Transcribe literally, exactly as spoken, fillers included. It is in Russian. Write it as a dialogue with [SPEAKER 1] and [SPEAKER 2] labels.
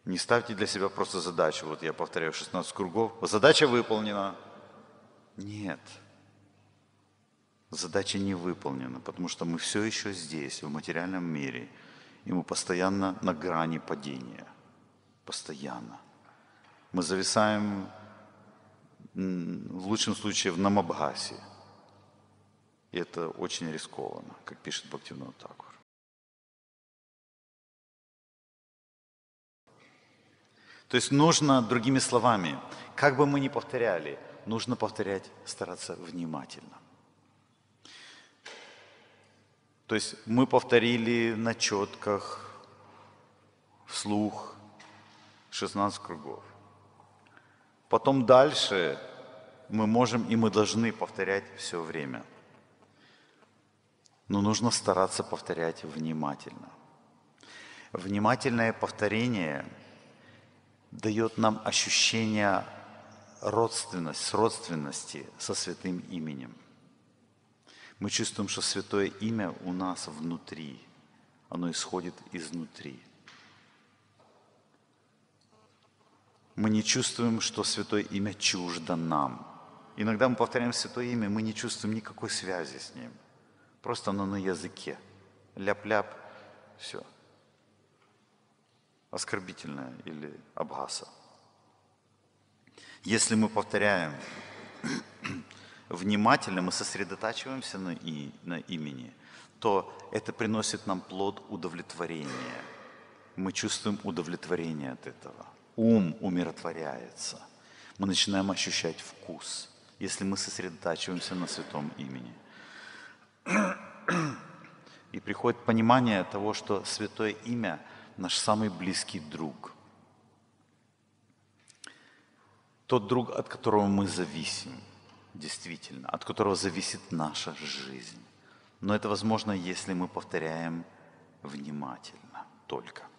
[SPEAKER 1] Не ставьте для себя просто задачу, вот я повторяю шестнадцать кругов, задача выполнена. Нет. Задача не выполнена, потому что мы все еще здесь, в материальном мире, и мы постоянно на грани падения. Постоянно. Мы зависаем, в лучшем случае, в Намабхасе. И это очень рискованно, как пишет Бхактивинода Тхакур. То есть нужно, другими словами, как бы мы ни повторяли, нужно повторять, стараться внимательно. То есть мы повторили на четках, вслух шестнадцать кругов. Потом дальше мы можем и мы должны повторять все время. Но нужно стараться повторять внимательно. Внимательное повторение дает нам ощущение родственности, родственности со святым именем. Мы чувствуем, что святое имя у нас внутри. Оно исходит изнутри. Мы не чувствуем, что святое имя чуждо нам. Иногда мы повторяем святое имя, мы не чувствуем никакой связи с ним. Просто оно на языке. Ляп-ляп, все. Оскорбительное или абхаса. Если мы повторяем внимательно, мы сосредотачиваемся на, и, на имени, то это приносит нам плод удовлетворения. Мы чувствуем удовлетворение от этого. Ум умиротворяется. Мы начинаем ощущать вкус, если мы сосредотачиваемся на святом имени. И приходит понимание того, что святое имя – наш самый близкий друг. Тот друг, от которого мы зависим, действительно, от которого зависит наша жизнь. Но это возможно, если мы повторяем внимательно только.